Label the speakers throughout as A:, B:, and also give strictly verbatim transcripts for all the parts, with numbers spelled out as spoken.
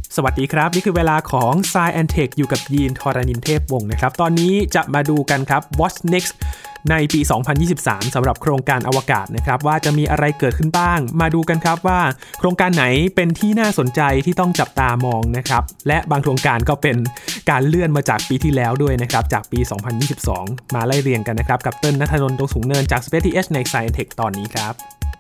A: สวัสดีครับนี่คือเวลาของ Science แอนด์ Tech อยู่กับยีนทรณินเทพวงศ์นะครับตอนนี้จะมาดูกันครับ What's Next ในปี สองพันยี่สิบสาม สำหรับโครงการอวกาศนะครับว่าจะมีอะไรเกิดขึ้นบ้างมาดูกันครับว่าโครงการไหนเป็นที่น่าสนใจที่ต้องจับตามองนะครับและบางโครงการก็เป็นการเลื่อนมาจากปีที่แล้วด้วยนะครับจากปี สองพันยี่สิบสอง มาไล่เรียงกันนะครับกับเติ้ลณัฐนนท์ ดวงสูงเนินจาก Space ที เอช ใน Science แอนด์ Tech ตอนนี้ครับ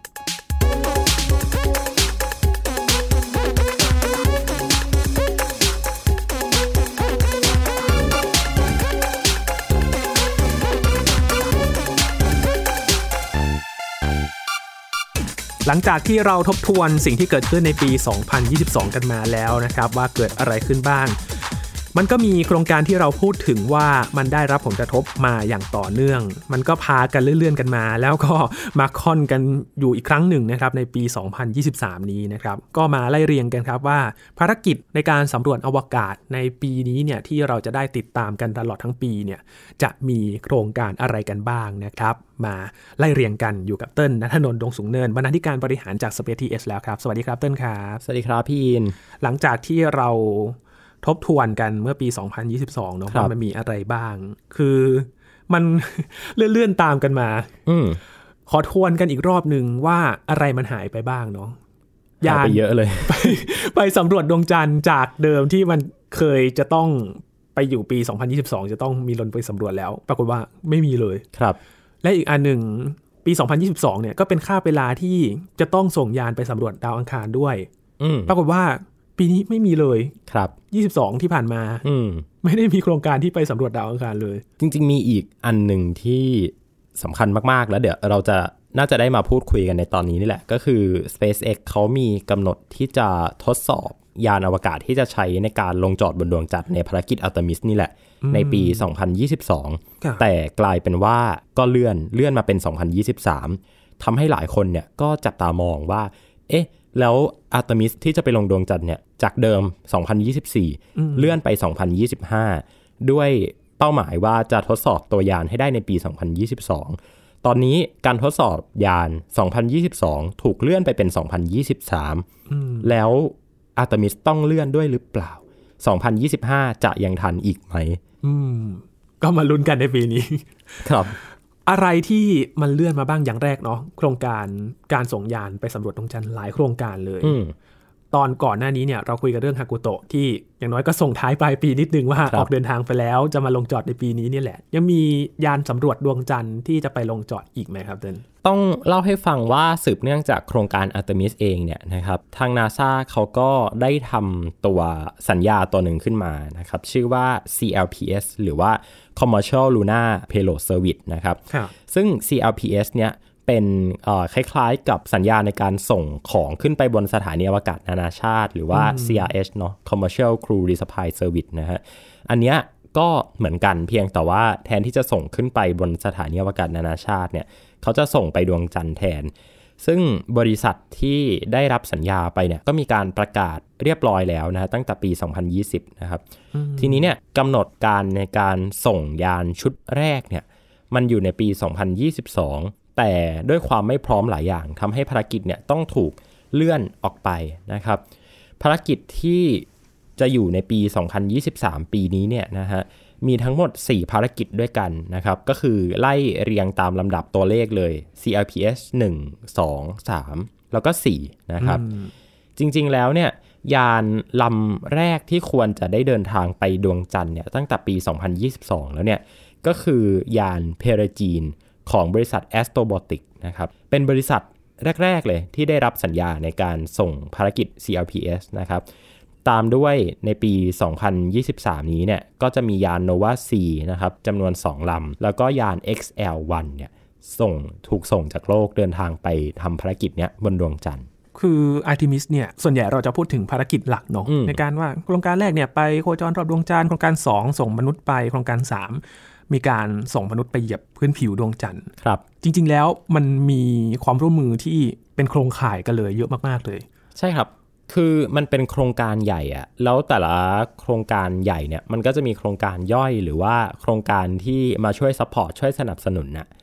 A: หลังจากที่เราทบทวนสิ่งที่เกิดขึ้นในปี สองพันยี่สิบสอง กันมาแล้วนะครับว่าเกิดอะไรขึ้นบ้างมันก็มีโครงการที่เราพูดถึงว่ามันได้รับผลกระทบมาอย่างต่อเนื่องมันก็พากันเลื่อนๆกันมาแล้วก็มาค่อนกันอยู่อีกครั้งหนึ่งนะครับในปี สองพันยี่สิบสาม นี้นะครับก็มาไล่เรียงกันครับว่าภารกิจในการสำรวจอวกาศในปีนี้เนี่ยที่เราจะได้ติดตามกันตลอดทั้งปีเนี่ยจะมีโครงการอะไรกันบ้างนะครับมาไล่เรียงกันอยู่กับเติ้ลณัฐนนท์ ดวงสูงเนินบรรณาธิการบริหารจาก Space ที เอช แล้วครับสวัสดีครับเติ้ลครับ
B: สวัสดีครับพี่อิน
A: หลังจากที่เราทบทวนกันเมื่อปี สองพันยี่สิบสอง เนาะว่ามันมีอะไรบ้างคือมัน เลื่อนๆตามกันมา
B: อืม
A: ขอทวนกันอีกรอบนึงว่าอะไรมันหายไปบ้างเนาะ
B: ยานไปเยอะเลย
A: ไปไปสำรวจดวงจันทร์จากเดิมที่มันเคยจะต้องไปอยู่ปี สองพันยี่สิบสอง จะต้องมีลงไปสำรวจแล้วปรากฏว่าไม่มีเลย
B: ครับ
A: และอีกอันหนึ่งปี สองพันยี่สิบสอง เนี่ยก็เป็นค่าเวลาที่จะต้องส่งยานไปสำรวจดาวอังคารด้วยปรากฏว่าปีนี้ไม่มีเลย
B: ครับ
A: ยี่สิบสองที่ผ่านมาไม่ได้มีโครงการที่ไปสำรวจดาวอังคารเลย
B: จริงๆมีอีกอันหนึ่งที่สำคัญมากๆแล้วเดี๋ยวเราจะน่าจะได้มาพูดคุยกันในตอนนี้นี่แหละก็คือ SpaceX เขามีกำหนดที่จะทดสอบยานอวกาศที่จะใช้ในการลงจอดบนดวงจันทร์ในภารกิจ Artemis นี่แหละในปี สองพันยี่สิบสอง แต่กลายเป็นว่าก็เลื่อนเลื่อนมาเป็น สองพันยี่สิบสาม ทำให้หลายคนเนี่ยก็จับตามองว่าเอ๊ะแล้ว Artemis ที่จะไปลงดวงจันทร์เนี่ยจากเดิมสองพันยี่สิบสี่เลื่อนไปสองพันยี่สิบห้าด้วยเป้าหมายว่าจะทดสอบตัวยานให้ได้ในปีสองพันยี่สิบสองตอนนี้การทดสอบยานสองพันยี่สิบสองถูกเลื่อนไปเป็นสองพันยี่สิบสามแล้ว Artemis ต้องเลื่อนด้วยหรือเปล่าสองพันยี่สิบห้าจะยังทันอีกไหม
A: อืมก็มาลุ้นกันในปีนี้
B: ครับ
A: อะไรที่มันเลื่อนมาบ้างอย่างแรกเนาะโครงการการส่งยานไปสำรวจดวงจันทร์หลายโครงการเลยตอนก่อนหน้านี้เนี่ยเราคุยกันเรื่องฮากุโตะที่อย่างน้อยก็ส่งท้ายปลายปีนิดนึงว่าออกเดินทางไปแล้วจะมาลงจอดในปีนี้นี่แหละยังมียานสำรวจดวงจันทร์ที่จะไปลงจอดอีกไหมครับเติ้ล
B: ต้องเล่าให้ฟังว่าสืบเนื่องจากโครงการ Artemis เองเนี่ยนะครับทาง NASA เขาก็ได้ทำตัวสัญญาตัวหนึ่งขึ้นมานะครับชื่อว่า ซี แอล พี เอส หรือว่า Commercial Lunar Payload Service นะครับซึ่ง ซี แอล พี เอส เนี่ยเป็นคล้ายๆกับสัญญาในการส่งของขึ้นไปบนสถานีอวกาศนานาชาติหรือว่า ซี อาร์ เอช เนาะ Commercial Crew Resupply Service นะฮะอันเนี้ยก็เหมือนกันเพียงแต่ว่าแทนที่จะส่งขึ้นไปบนสถานีอวกาศนานาชาติเนี่ยเขาจะส่งไปดวงจันทร์แทนซึ่งบริษัทที่ได้รับสัญญาไปเนี่ยก็มีการประกาศเรียบร้อยแล้วนะตั้งแต่ปี สองพันยี่สิบ นะครับทีนี้เนี่ยกำหนดการในการส่งยานชุดแรกเนี่ยมันอยู่ในปี สองพันยี่สิบสองแต่ด้วยความไม่พร้อมหลายอย่างทำให้ภารกิจเนี่ยต้องถูกเลื่อนออกไปนะครับภารกิจที่จะอยู่ในปี สองพันยี่สิบสาม ปีนี้เนี่ยนะฮะมีทั้งหมดสี่ภารกิจด้วยกันนะครับก็คือไล่เรียงตามลำดับตัวเลขเลย ซี แอล พี เอส หนึ่ง สอง สาม แล้วก็สี่นะครับจริงๆแล้วเนี่ยยานลำแรกที่ควรจะได้เดินทางไปดวงจันทร์เนี่ยตั้งแต่ปี สองพันยี่สิบสอง แล้วเนี่ยก็คือยานเพเรจีนของบริษัท Astrobotic นะครับเป็นบริษัทแรกๆเลยที่ได้รับสัญญาในการส่งภารกิจ ซี แอล พี เอส นะครับตามด้วยในปี สองพันยี่สิบสาม นี้เนี่ยก็จะมียาน Nova C นะครับจำนวนสองลำแล้วก็ยาน เอ็กซ์ แอล วันเนี่ยส่งถูกส่งจากโลกเดินทางไปทำภารกิจเนี้ยบนดวงจันทร์
A: คือ Artemis เนี่ยส่วนใหญ่เราจะพูดถึงภารกิจหลักเนาะในการว่าโครงการแรกเนี่ยไปโคจรรอบดวงจันทร์โครงการสองส่งมนุษย์ไปโครงการสามมีการส่งมนุษย์ไปเหยียบพื้นผิวดวงจันทร์
B: ครับ
A: จริงๆแล้วมันมีความร่วมมือที่เป็นโครงข่ายกันเลยเยอะมากๆเลย
B: ใช่ครับคือมันเป็นโครงการใหญ่อะแล้วแต่ละโครงการใหญ่เนี่ยมันก็จะมีโครงการย่อยหรือว่าโครงการที่มาช่วยซัพพอร์ตช่วยสนับสนุนนะ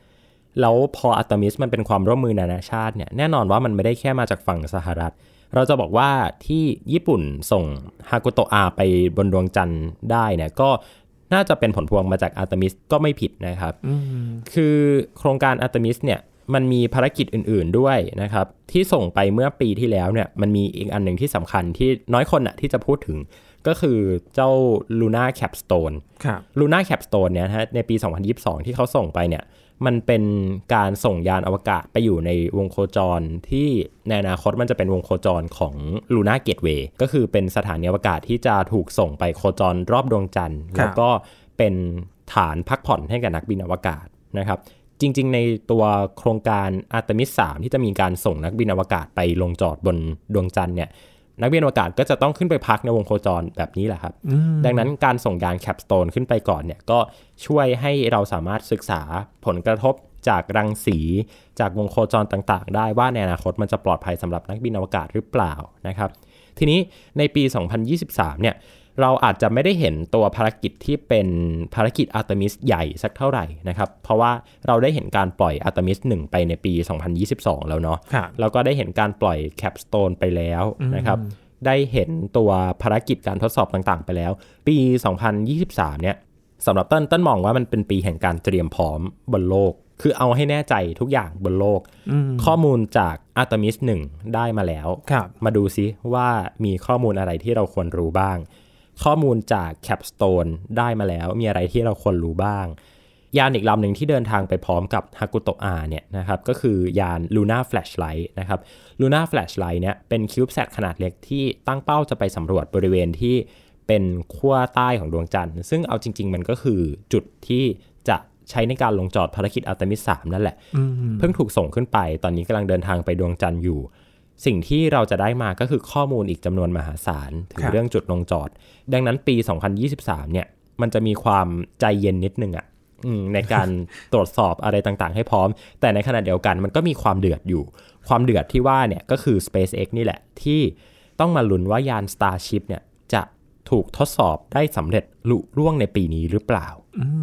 B: แล้วพอ Artemis มันเป็นความร่วมมือนานาชาติเนี่ยแน่นอนว่ามันไม่ได้แค่มาจากฝั่งสหรัฐเราจะบอกว่าที่ญี่ปุ่นส่งฮากุโตะอาไปบนดวงจันทร์ได้เนี่ยก็น่าจะเป็นผลพวงมาจาก Artemis ก็ไม่ผิดนะครับคือโครงการ Artemis เนี่ยมันมีภารกิจอื่นๆด้วยนะครับที่ส่งไปเมื่อปีที่แล้วเนี่ยมันมีอีกอันหนึ่งที่สำคัญที่น้อยคนน่ะที่จะพูดถึงก็คือเจ้า Luna Capstone
A: ครับ
B: Luna Capstone เนี่ยนะในปีสองพันยี่สิบสองที่เขาส่งไปเนี่ยมันเป็นการส่งยานอวกาศไปอยู่ในวงโคจรที่ในอนาคตมันจะเป็นวงโคจรของ Luna Gateway ก็คือเป็นสถานีอวกาศที่จะถูกส่งไปโคจรรอบดวงจันทร์แล้วก็เป็นฐานพักผ่อนให้กับนักบินอวกาศนะครับจริงๆในตัวโครงการ Artemis สามที่จะมีการส่งนักบินอวกาศไปลงจอดบนดวงจันทร์เนี่ยนักบินอวกาศก็จะต้องขึ้นไปพักในวงโคจรแบบนี้แหละครับดังนั้นการส่งยานแคปสโตนขึ้นไปก่อนเนี่ยก็ช่วยให้เราสามารถศึกษาผลกระทบจากรังสีจากวงโคจรต่างๆได้ว่าในอนาคตมันจะปลอดภัยสำหรับนักบินอวกาศหรือเปล่านะครับทีนี้ในปีสองพันยี่สิบสามเนี่ยเราอาจจะไม่ได้เห็นตัวภารกิจที่เป็นภารกิจ Artemis ใหญ่สักเท่าไหร่นะครับเพราะว่าเราได้เห็นการปล่อย Artemis หนึ่งไปในปีสองพันยี่สิบสองแล้วเนาะแล้วก็ได้เห็นการปล่อย Capstone ไปแล้วนะครับได้เห็นตัวภารกิจการทดสอบต่างๆไปแล้วปีสองพันยี่สิบสามเนี่ยสำหรับต้นต้นมองว่ามันเป็นปีแห่งการเตรียมพร้อมบนโลกคือเอาให้แน่ใจทุกอย่างบนโลกข้อมูลจาก Artemis หนึ่งได้มาแล้วมาดูซิว่ามีข้อมูลอะไรที่เราควรรู้บ้างข้อมูลจาก Capstone ได้มาแล้วมีอะไรที่เราควรรู้บ้างยานอีกลำหนึ่งที่เดินทางไปพร้อมกับ Hakuto-A เนี่ยนะครับก็คือยาน Luna Flashlight นะครับ Luna Flashlight เนี่ยเป็น CubeSat ขนาดเล็กที่ตั้งเป้าจะไปสำรวจบริเวณที่เป็นขั้วใต้ของดวงจันทร์ซึ่งเอาจริงๆมันก็คือจุดที่จะใช้ในการลงจอดภารกิจ Artemis สามนั่นแหละเพิ่งถูกส่งขึ้นไปตอนนี้กำลังเดินทางไปดวงจันทร์อยู่สิ่งที่เราจะได้มาก็คือข้อมูลอีกจำนวนมหาศาลถึงเรื่องจุดลงจอดดังนั้นปีสองพันยี่สิบสามเนี่ยมันจะมีความใจเย็นนิดนึงอ่ะในการตรวจสอบอะไรต่างๆให้พร้อมแต่ในขณะเดียวกันมันก็มีความเดือดอยู่ความเดือดที่ว่าเนี่ยก็คือ SpaceX นี่แหละที่ต้องมาลุ้นว่ายาน Starship เนี่ยจะถูกทดสอบได้สำเร็จลุล่วงในปีนี้หรือเปล่า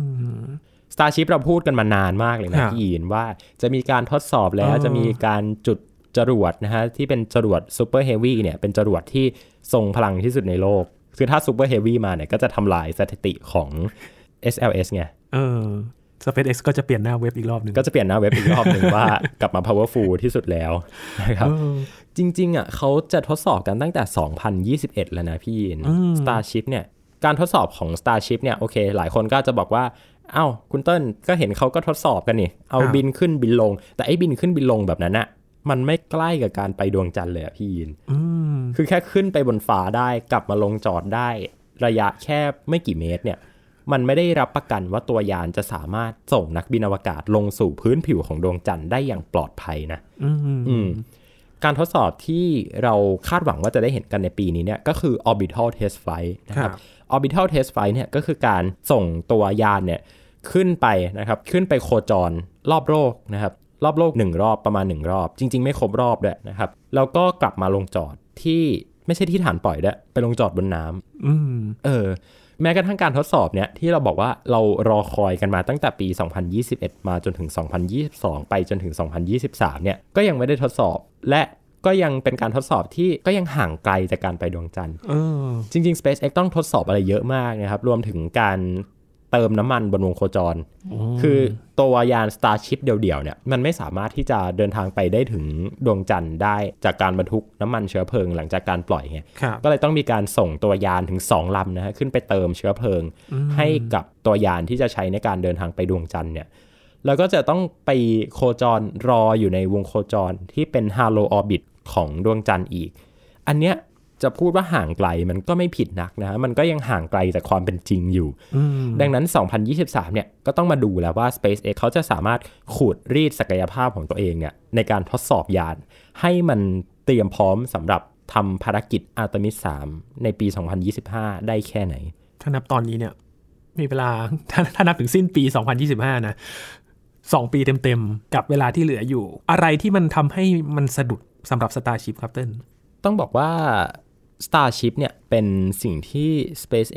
B: Starship เราพูดกันมานานมากเลยนะพี่อินว่าจะมีการทดสอบแล้วจะมีการจุดจรวดนะฮะที่เป็นจรวด Super Heavy เนี่ยเป็นจรวดที่ทรงพลังที่สุดในโลกคือถ้า Super Heavy มาเนี่ยก็จะทำลายสถิติของ เอส แอล เอส ไง
A: เออ SpaceX ก็จะเปลี่ยนหน้าเว็บอีกรอบนึง
B: ก็จะเปลี่ยนหน้าเว็บอีกรอบนึง ว่ากลับมา powerful ที่สุดแล้วนะครับจริงๆอ่ะเขาจะทดสอบกันตั้งแต่สองพันยี่สิบเอ็ดแล้วนะพี่อิน Starship เนี่ยการทดสอบของ Starship เนี่ยโอเคหลายคนก็จะบอกว่าอ้าวคุณเติ้ลก็เห็นเขาก็ทดสอบกันนี่เอาบินขึ้นบินลงแต่ไอ้บินขึ้นบินลงแบบนั้นน่ะมันไม่ใกล้กับการไปดวงจันทร์เลยอ่ะพี่ยินคือแค่ขึ้นไปบนฟ้าได้กลับมาลงจอดได้ระยะแค่ไม่กี่เมตรเนี่ยมันไม่ได้รับประกันว่าตัวยานจะสามารถส่งนักบินอวกาศลงสู่พื้นผิวของดวงจันทร์ได้อย่างปลอดภัยนะการทดสอบที่เราคาดหวังว่าจะได้เห็นกันในปีนี้เนี่ยก็คือ orbital test flight นะครับ orbital test flight เนี่ยก็คือการส่งตัวยานเนี่ยขึ้นไปนะครับขึ้นไปโคจรรอบโลกนะครับรอบโลกหนึ่งรอบประมาณหนึ่งรอบจริงๆไม่ครบรอบด้วยนะครับแล้วก็กลับมาลงจอดที่ไม่ใช่ที่ฐานปล่อยด้วยไปลงจอดบนน้ำเออแม้กระทั่งการทดสอบเนี่ยที่เราบอกว่าเรารอคอยกันมาตั้งแต่ปีสองพันยี่สิบเอ็ดมาจนถึงสองพันยี่สิบสองไปจนถึงสองพันยี่สิบสามเนี่ยก็ยังไม่ได้ทดสอบและก็ยังเป็นการทดสอบที่ก็ยังห่างไกลจากการไปดวงจันทร์จริงๆ SpaceX ต้องทดสอบอะไรเยอะมากนะครับรวมถึงการเติมน้ำมันบนวงโคจรคือตัวยาน Starship เดี่ยวๆเนี่ยมันไม่สามารถที่จะเดินทางไปได้ถึงดวงจันทร์ได้จากการบรรทุกน้ำมันเชื้อเพลิงหลังจากการปล่อยไงก็เลยต้องมีการส่งตัวยานถึงสองลำนะฮะขึ้นไปเติมเชื้อเพลิงให้กับตัวยานที่จะใช้ในการเดินทางไปดวงจันทร์เนี่ยแล้วก็จะต้องไปโคจรรออยู่ในวงโคจรที่เป็น Halo Orbit ของดวงจันทร์อีกอันเนี้ยจะพูดว่าห่างไกลมันก็ไม่ผิดนักนะมันก็ยังห่างไกลจากความเป็นจริงอยู่ดังนั้นสองพันยี่สิบสามเนี่ยก็ต้องมาดูแล้วว่า SpaceX เขาจะสามารถขูดรีดศักยภาพของตัวเองเนี่ยในการทดสอบยานให้มันเตรียมพร้อมสำหรับทำภารกิจ Artemis สามในปีสองพันยี่สิบห้าได้แค่ไหน
A: ถ้านับตอนนี้เนี่ยมีเวลาถ้าถ้านับถึงสิ้นปีสองพันยี่สิบห้านะสองปีเต็มๆกับเวลาที่เหลืออยู่อะไรที่มันทำให้มันสะดุดสำหรับ Starship ครับเติ้ล
B: ต้องบอกว่าStarship เนี่ยเป็นสิ่งที่ SpaceX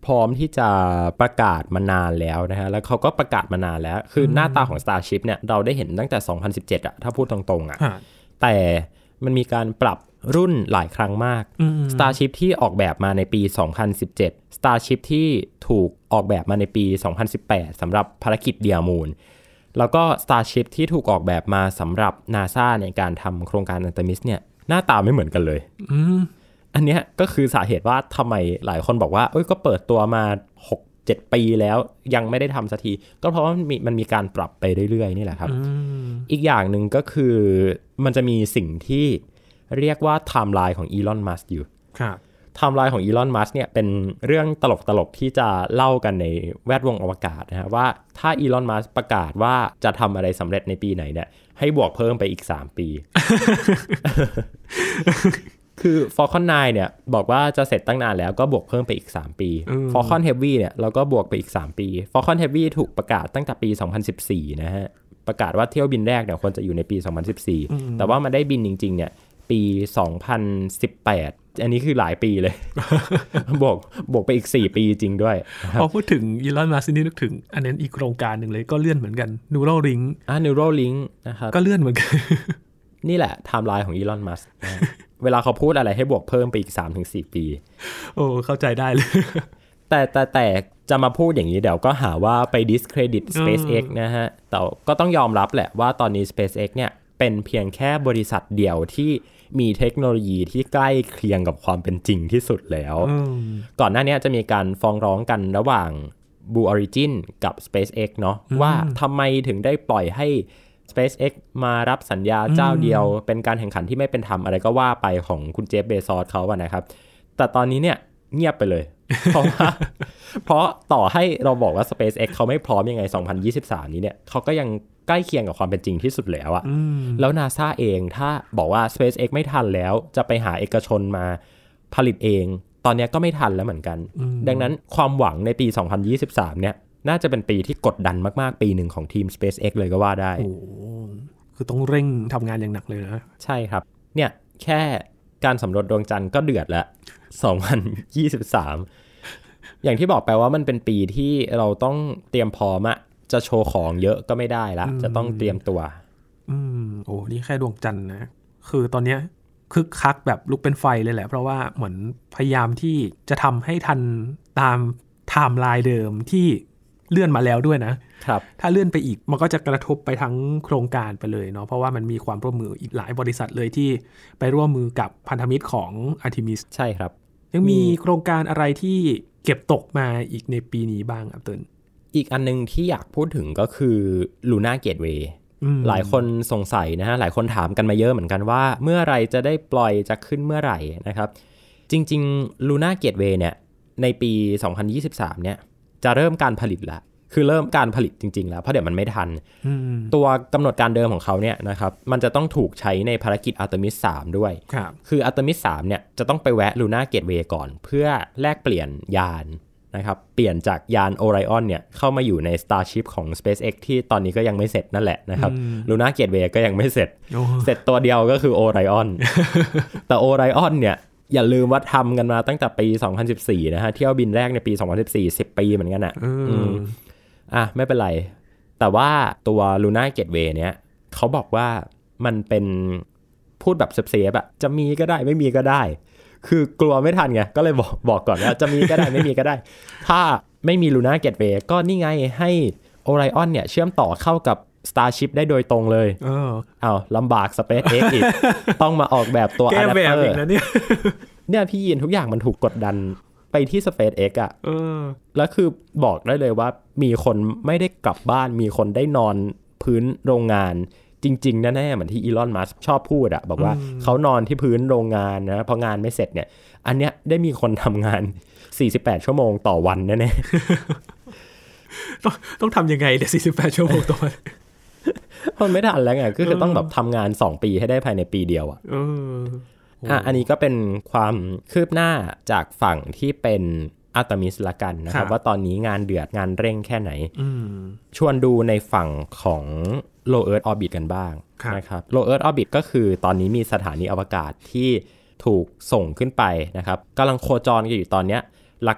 B: พร้อมที่จะประกาศมานานแล้วนะฮะแล้วเขาก็ประกาศมานานแล้วคือหน้าตาของ Starship เนี่ยเราได้เห็นตั้งแต่สองพันสิบเจ็ดอะถ้าพูดตรงๆอะแต่มันมีการปรับรุ่นหลายครั้งมาก Starship ที่ออกแบบมาในปีสองพันสิบเจ็ด Starship ที่ถูกออกแบบมาในปีสองพันสิบแปดสำหรับภารกิจเดียมูนแล้วก็ Starship ที่ถูกออกแบบมาสำหรับ NASA ในการทำโครงการ Artemis เนี่ยหน้าตาไม่เหมือนกันเลยอันนี้ก็คือสาเหตุว่าทำไมหลายคนบอกว่าเอ้ยก็เปิดตัวมา หกเจ็ด ปีแล้วยังไม่ได้ทำสักทีก็เพราะว่ามันมีมันมีการปรับไปเรื่อยๆนี่แหละครับ อ, อีกอย่างหนึ่งก็คือมันจะมีสิ่งที่เรียกว่าไทม์ไลน์ของอีลอนมัสก์อยู่ครับไทม์ไลน์ของอีลอนมัสก์เนี่ยเป็นเรื่องตลกๆที่จะเล่ากันในแวดวงอวกาศนะฮะว่าถ้าอีลอนมัสก์ประกาศว่าจะทำอะไรสำเร็จในปีไหนเนี่ยให้บวกเพิ่มไปอีกสามปี คือ Falcon ไนน์ เนี่ยบอกว่าจะเสร็จตั้งนานแล้วก็บวกเพิ่มไปอีกสามปี Falcon Heavy เนี่ยเราก็บวกไปอีกสามปี Falcon Heavy ถูกประกาศตั้งแต่ปีสองพันสิบสี่นะฮะประกาศว่าเที่ยวบินแรกเนี่ยควรจะอยู่ในปีสองพันสิบสี่แต่ว่ามันได้บินจริงๆเนี่ยปีสองพันสิบแปดอันนี้คือหลายปีเลย บวกบวกไปอีกสี่ปีจริงด้วย
A: พอพูดถึงอีลอนมัสก์นี่นึกถึงอันนั้นอีกโครงการหนึ่งเลยก็เลื่อนเหมือนกัน Neuralink
B: อ่า Neuralink นะครับ
A: ก็เลื่อนเหมือนกัน
B: นี่แหละไทม์ไลน์ของอีลอนมัสก์เวลาเขาพูดอะไรให้บวกเพิ่มไปอีก สามถึงสี่ ปี
A: โอ้เข้าใจได้เลย
B: แต่แต่แต่จะมาพูดอย่างนี้เดี๋ยวก็หาว่าไป discredit SpaceX นะฮะแต่ก็ต้องยอมรับแหละว่าตอนนี้ SpaceX เนี่ยเป็นเพียงแค่บริษัทเดียวที่มีเทคโนโลยีที่ใกล้เคียงกับความเป็นจริงที่สุดแล้วก่อนหน้านี้จะมีการฟ้องร้องกันระหว่าง Blue Origin กับ SpaceX เนาะว่าทำไมถึงได้ปล่อยให้ SpaceX มารับสัญญาเจ้าเดียวเป็นการแข่งขันที่ไม่เป็นธรรมอะไรก็ว่าไปของคุณเจฟเบซอสเขาอะนะครับแต่ตอนนี้เนี่ยเงียบไปเลย เพราะว่าเพราะต่อให้เราบอกว่า SpaceX เขาไม่พร้อมยังไงสองพันยี่สิบสามนี้เนี่ยเขาก็ยังใกล้เคียงกับความเป็นจริงที่สุดแล้วอะแล้ว NASA เองถ้าบอกว่า SpaceX ไม่ทันแล้วจะไปหาเอกชนมาผลิตเองตอนนี้ก็ไม่ทันแล้วเหมือนกันดังนั้นความหวังในปีสองพันยี่สิบสามเนี่ยน่าจะเป็นปีที่กดดันมากๆปีหนึ่งของทีม SpaceX เลยก็ว่าได้
A: โอ้คือต้องเร่งทำงานอย่างหนักเลยนะ
B: ใช่ครับเนี่ยแค่การสำรวจดวงจันทร์ก็เดือดแล้วสองพันยี่สิบสามอย่างที่บอกไปว่ามันเป็นปีที่เราต้องเตรียมพร้อมอะจะโชว์ของเยอะก็ไม่ได้ละจะต้องเตรียมตัว
A: อืมโอ้นี่แค่ดวงจันทร์นะคือตอนเนี้ยคึกคักแบบลุกเป็นไฟเลยแหละเพราะว่าเหมือนพยายามที่จะทำให้ทันตามไทม์ไลน์เดิมที่เลื่อนมาแล้วด้วยนะครับถ้าเลื่อนไปอีกมันก็จะกระทบไปทั้งโครงการไปเลยเนาะเพราะว่ามันมีความร่วมมืออีกหลายบริษัทเลยที่ไปร่วมมือกับพันธมิตรของ Artemis
B: ใช่ครับ
A: ยังมีโครงการอะไรที่เก็บตกมาอีกในปีนี้บ้างครับเติ้ล
B: อีกอันนึงที่อยากพูดถึงก็คือ Lunar Gateway หลายคนสงสัยนะฮะหลายคนถามกันมาเยอะเหมือนกันว่าเมื่อไรจะได้ปล่อยจะขึ้นเมื่อไหร่นะครับจริงๆ Lunar Gateway เนี่ยในปีสองพันยี่สิบสามเนี่ยจะเริ่มการผลิตแล้วคือเริ่มการผลิตจริงๆแล้วเพราะเดี๋ยวมันไม่ทันตัวกำหนดการเดิมของเขาเนี่ยนะครับมันจะต้องถูกใช้ในภารกิจ Artemis สามด้วยคือ Artemis สามเนี่ยจะต้องไปแวะ Lunar Gateway ก่อนเพื่อแลกเปลี่ยนยานนะครับเปลี่ยนจากยาน Orion เนี่ยเข้ามาอยู่ใน Starship ของ SpaceX ที่ตอนนี้ก็ยังไม่เสร็จนั่นแหละนะครับ Lunar Gateway ก็ยังไม่เสร็จ เสร็จตัวเดียวก็คือ Orion แต่ Orion เนี่ยอย่าลืมว่าทำกันมาตั้งแต่ปีสองพันสิบสี่นะฮะเที่ยวบินแรกในปีสองพันสิบสี่ สิบปีเหมือนกันอ่ะอ่ะไม่เป็นไรแต่ว่าตัว Lunar Gateway เนี้ยเขาบอกว่ามันเป็นพูดแบบเซฟๆอ่ะจะมีก็ได้ไม่มีก็ได้คือกลัวไม่ทันไงก็เลยบอกบอกก่อนว่าจะมีก็ได้ไม่มีก็ได้ถ้าไม่มี Lunar Gateway ก็นี่ไงให้ Orion เนี่ยเชื่อมต่อเข้ากับ Starship ได้โดยตรงเลยเอออ้าวลำบาก SpaceX อีก ต้องมาออกแบบตัว Adapter แก้แบบอีกนะเนี่ยเนี่ยพี่ยินทุกอย่างมันถูกกดดันไปที่ SpaceX อ่ะเออแล้วคือบอกได้เลยว่ามีคนไม่ได้กลับบ้านมีคนได้นอนพื้นโรงงานจริงๆแน่ๆเหมือนที่อีลอนมัสก์ชอบพูดอะบอกว่าเขานอนที่พื้นโรงงานนะพองานไม่เสร็จเนี่ยอันเนี้ยได้มีคนทำงานสี่สิบแปดชั่วโมงต่อวันแน่
A: ๆ ต้องต้องทำยังไงเดี๋ยวสี่สิบแปดชั่วโมงต่อวัน
B: มันไม่ทันแล้วไงก็คือต้องแบบทำงานสองปีให้ได้ภายในปีเดียวอะเอออ่ะอันนี้ก็เป็นความคืบหน้าจากฝั่งที่เป็น Artemis ละกันนะครับว่าตอนนี้งานเดือดงานเร่งแค่ไหนชวนดูในฝั่งของ Low Earth Orbit กันบ้างนะครับ Low Earth Orbit ก็คือตอนนี้มีสถานีอวกาศที่ถูกส่งขึ้นไปนะครับกำลังโคจรกันอยู่ตอนนี้หลัก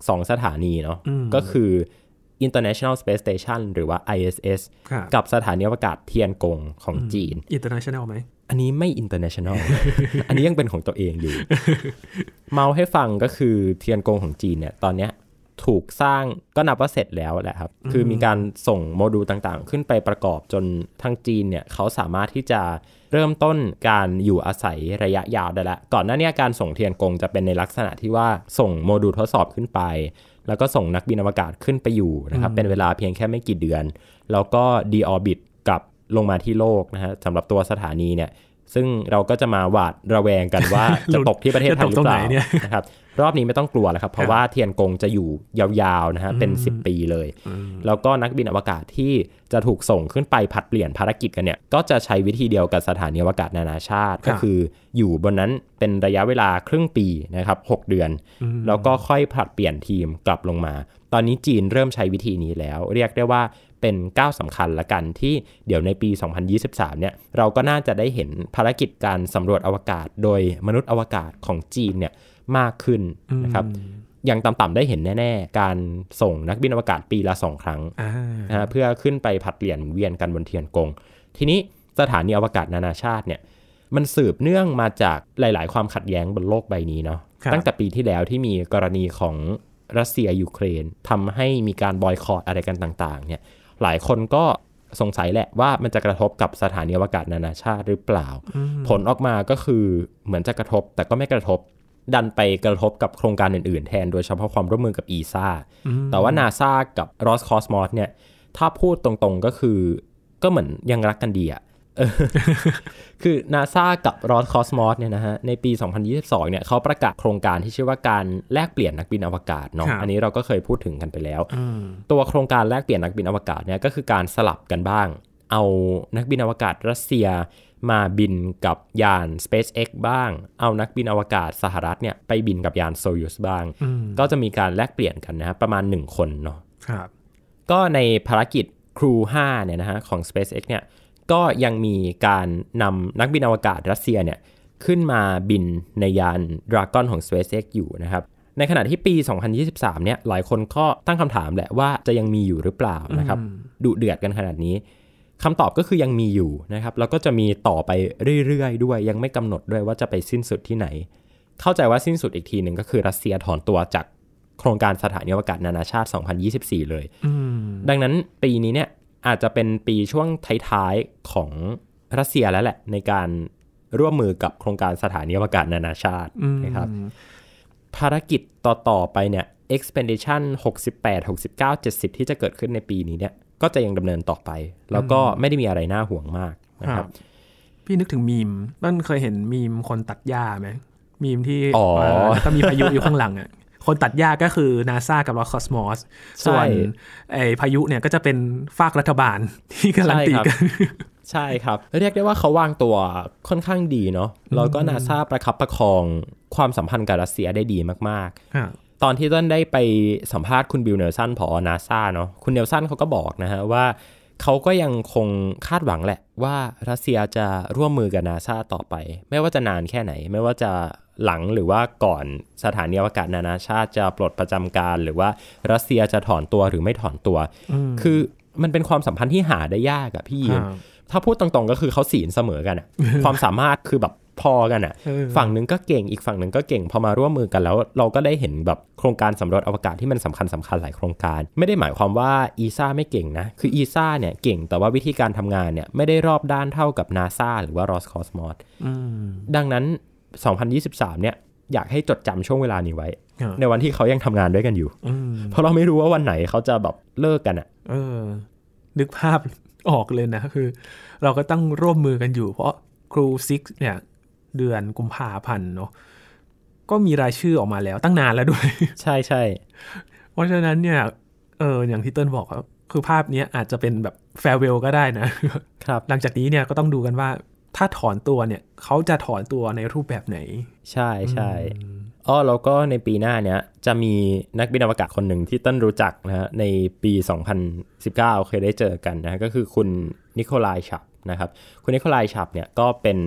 B: สองสถานีเนาะก็คือ International Space Station หรือว่า ไอ เอส เอส กับสถานีอวกาศเทียนกงของจีน
A: International ไหม
B: อันนี้ไม่ International อันนี้ยังเป็นของตัวเองอยู่ เมาให้ฟังก็คือเทียนกงของจีนเนี่ยตอนเนี้ยถูกสร้างก็นับว่าเสร็จแล้วแหละครับคือมีการส่งโมดูลต่างๆขึ้นไปประกอบจนทางจีนเนี่ยเขาสามารถที่จะเริ่มต้นการอยู่อาศัยระยะยาวได้แล้วก่อนหน้านี้การส่งเทียนกงจะเป็นในลักษณะที่ว่าส่งโมดูลทดสอบขึ้นไปแล้วก็ส่งนักบินอวกาศขึ้นไปอยู่นะครับเป็นเวลาเพียงแค่ไม่กี่เดือนแล้วก็ดีออร์บิทกลับลงมาที่โลกนะฮะสำหรับตัวสถานีเนี่ยซึ่งเราก็จะมาหวาดระแวงกันว่า จะตกที่ประเทศไทยหรือเปล่านะครับรอบนี้ไม่ต้องกลัวแล้วครับเพราะว่าเทียนกงจะอยู่ยาวๆนะฮะเป็นสิบปีเลยแล้วก็นักบินอวกาศที่จะถูกส่งขึ้นไปผลัดเปลี่ยนภารกิจกันเนี่ยก็จะใช้วิธีเดียวกับสถานีอวกาศนานาชาติก็คืออยู่บนนั้นเป็นระยะเวลาครึ่งปีนะครับหกเดือนแล้วก็ค่อยผลัดเปลี่ยนทีมกลับลงมาตอนนี้จีนเริ่มใช้วิธีนี้แล้วเรียกได้ว่าเป็นก้าวสำคัญละกันที่เดี๋ยวในปีสองพันยี่สิบสามเนี่ยเราก็น่าจะได้เห็นภารกิจการสำรวจอวกาศโดยมนุษย์อวกาศของจีนเนี่ยมากขึ้นนะครับอย่างต่ำๆได้เห็นแน่ๆการส่งนักบินอวกาศปีละสองครั้งนะฮะเพื่อขึ้นไปผลัดเปลี่ยนเวียนกันบนเทียนกงทีนี้สถานีอวกาศนานาชาติเนี่ยมันสืบเนื่องมาจากหลายๆความขัดแย้งบนโลกใบนี้เนาะตั้งแต่ปีที่แล้วที่มีกรณีของรัสเซียยูเครนทำให้มีการบอยคอตอะไรกันต่างๆเนี่ยหลายคนก็สงสัยแหละว่ามันจะกระทบกับสถานีอวกาศนานาชาติหรือเปล่าผลออกมาก็คือเหมือนจะกระทบแต่ก็ไม่กระทบดันไปกระทบกับโครงการอื่นๆแทนโดยเฉพาะความร่วมมือกับ อี เอ เอส เอ แต่ว่า NASA กับ Roscosmos เนี่ยถ้าพูดตรงๆก็คือก็เหมือนยังรักกันดีอะ คือ NASA กับ Roscosmos เนี่ยนะฮะในปีสองพันยี่สิบสองเนี่ยเขาประกาศโครงการที่ชื่อว่าการแลกเปลี่ยนนักบินอวกาศเนาะอันนี้เราก็เคยพูดถึงกันไปแล้วตัวโครงการแลกเปลี่ยนนักบินอวกาศเนี่ยก็คือการสลับกันบ้างเอานักบินอวกาศรัสเซียมาบินกับยาน SpaceX บ้างเอานักบินอวกาศสหรัฐเนี่ยไปบินกับยาน Soyuz บ้างก็จะมีการแลกเปลี่ยนกันนะฮะประมาณหนึ่งคนเนาะครับก็ในภารกิจ Crew ห้าเนี่ยนะฮะของ SpaceX เนี่ยก็ยังมีการนำนักบินอวกาศรัสเซียเนี่ยขึ้นมาบินในยาน Dragon ของ SpaceX อยู่นะครับในขณะที่ปีสองพันยี่สิบสามเนี่ยหลายคนก็ตั้งคำถามแหละว่าจะยังมีอยู่หรือเปล่านะครับดุเดือดกันขนาดนี้คำตอบก็คือยังมีอยู่นะครับแล้วก็จะมีต่อไปเรื่อยๆด้วยยังไม่กำหนดด้วยว่าจะไปสิ้นสุดที่ไหนเข้าใจว่าสิ้นสุดอีกทีหนึ่งก็คือรัสเซียถอนตัวจากโครงการสถานีอวกาศนานาชาติสองพันยี่สิบสี่เลยดังนั้นปีนี้เนี่ยอาจจะเป็นปีช่วงท้ายๆของรัสเซียแล้วแหละในการร่วมมือกับโครงการสถานีอวกาศนานาชาตินะครับภารกิจต่อๆไปเนี่ย Expedition หกสิบแปด หกสิบเก้า เจ็ดสิบที่จะเกิดขึ้นในปีนี้เนี่ยก็จะยังดำเนินต่อไปแล้วก็ไม่ได้มีอะไรน่าห่วงมากนะครับ
A: พี่นึกถึงมีมต้นเคยเห็นมีมคนตัดหญ้าไหมมีมที่ก็มีพายุอยู่ข้างหลังอ่ะคนตัดหญ้าก็คือ NASA กับ Roscosmos ส่วนไอ้พายุเนี่ยก็จะเป็นฝากรัฐบาลที่กำลังตีกัน
B: ใช่ครับเรียกได้ว่าเขาวางตัวค่อนข้างดีเนาะแล้วก็ NASA ประคับประคองความสัมพันธ์กับรัสเซียได้ดีมากๆตอนที่ต้นได้ไปสัมภาษณ์คุณบิลเนลสันผอ NASA เนาะคุณเนลสันเขาก็บอกนะฮะว่าเขาก็ยังคงคาดหวังแหละว่ารัสเซียจะร่วมมือกับ NASA ต่อไปไม่ว่าจะนานแค่ไหนไม่ว่าจะหลังหรือว่าก่อนสถานีอวกาศนานาชาติจะปลดประจำการหรือว่ารัสเซียจะถอนตัวหรือไม่ถอนตัวคือมันเป็นความสัมพันธ์ที่หาได้ยากอะพี่ยินถ้าพูดตรงๆก็คือเขาศีลเสมอกันอะ ความสามารถคือแบบพอกันอะฝั่งนึงก็เก่งอีกฝั่งนึงก็เก่งพอมาร่วมมือกันแล้วเราก็ได้เห็นแบบโครงการสำรวจอวกาศที่มันสำคัญสำคัญหลายโครงการไม่ได้หมายความว่า อี เอส เอ ไม่เก่งนะคือ อี เอส เอ เนี่ยเก่งแต่ว่าวิธีการทำงานเนี่ยไม่ได้รอบด้านเท่ากับ NASA หรือว่า Roscosmos ดังนั้นสองพันยี่สิบสามเนี่ยอยากให้จดจำช่วงเวลานี้ไว้ในวันที่เขายังทำงานด้วยกันอยู่เพราะเราไม่รู้ว่าวันไหนเขาจะแบบเลิกกันอ่ะ
A: เออนึกภาพออกเลยนะคือเราก็ต้องร่วมมือกันอยู่เพราะครูซิกเนี่ยเดือนกุมภาพันธ์เนาะก็มีรายชื่อออกมาแล้วตั้งนานแล้วด้วย
B: ใช่ใช่
A: เพราะฉะนั้นเนี่ยเอออย่างที่เติ้ลบอกคือภาพนี้อาจจะเป็นแบบแฟร์เวลก็ได้นะครับหลังจากนี้เนี่ยก็ต้องดูกันว่าถ้าถอนตัวเนี่ยเขาจะถอนตัวในรูปแบบไหน
B: ใช่ใช่อ๋อแล้วก็ในปีหน้าเนี้ยจะมีนักบินอวกาศคนหนึ่งที่ต้นรู้จักนะฮะในปีสองพันสิบเก้าเคยได้เจอกันนะก็คือคุณนิโคลายชับนะครับคุณนิโคลายชับเนี่ยก็เป็น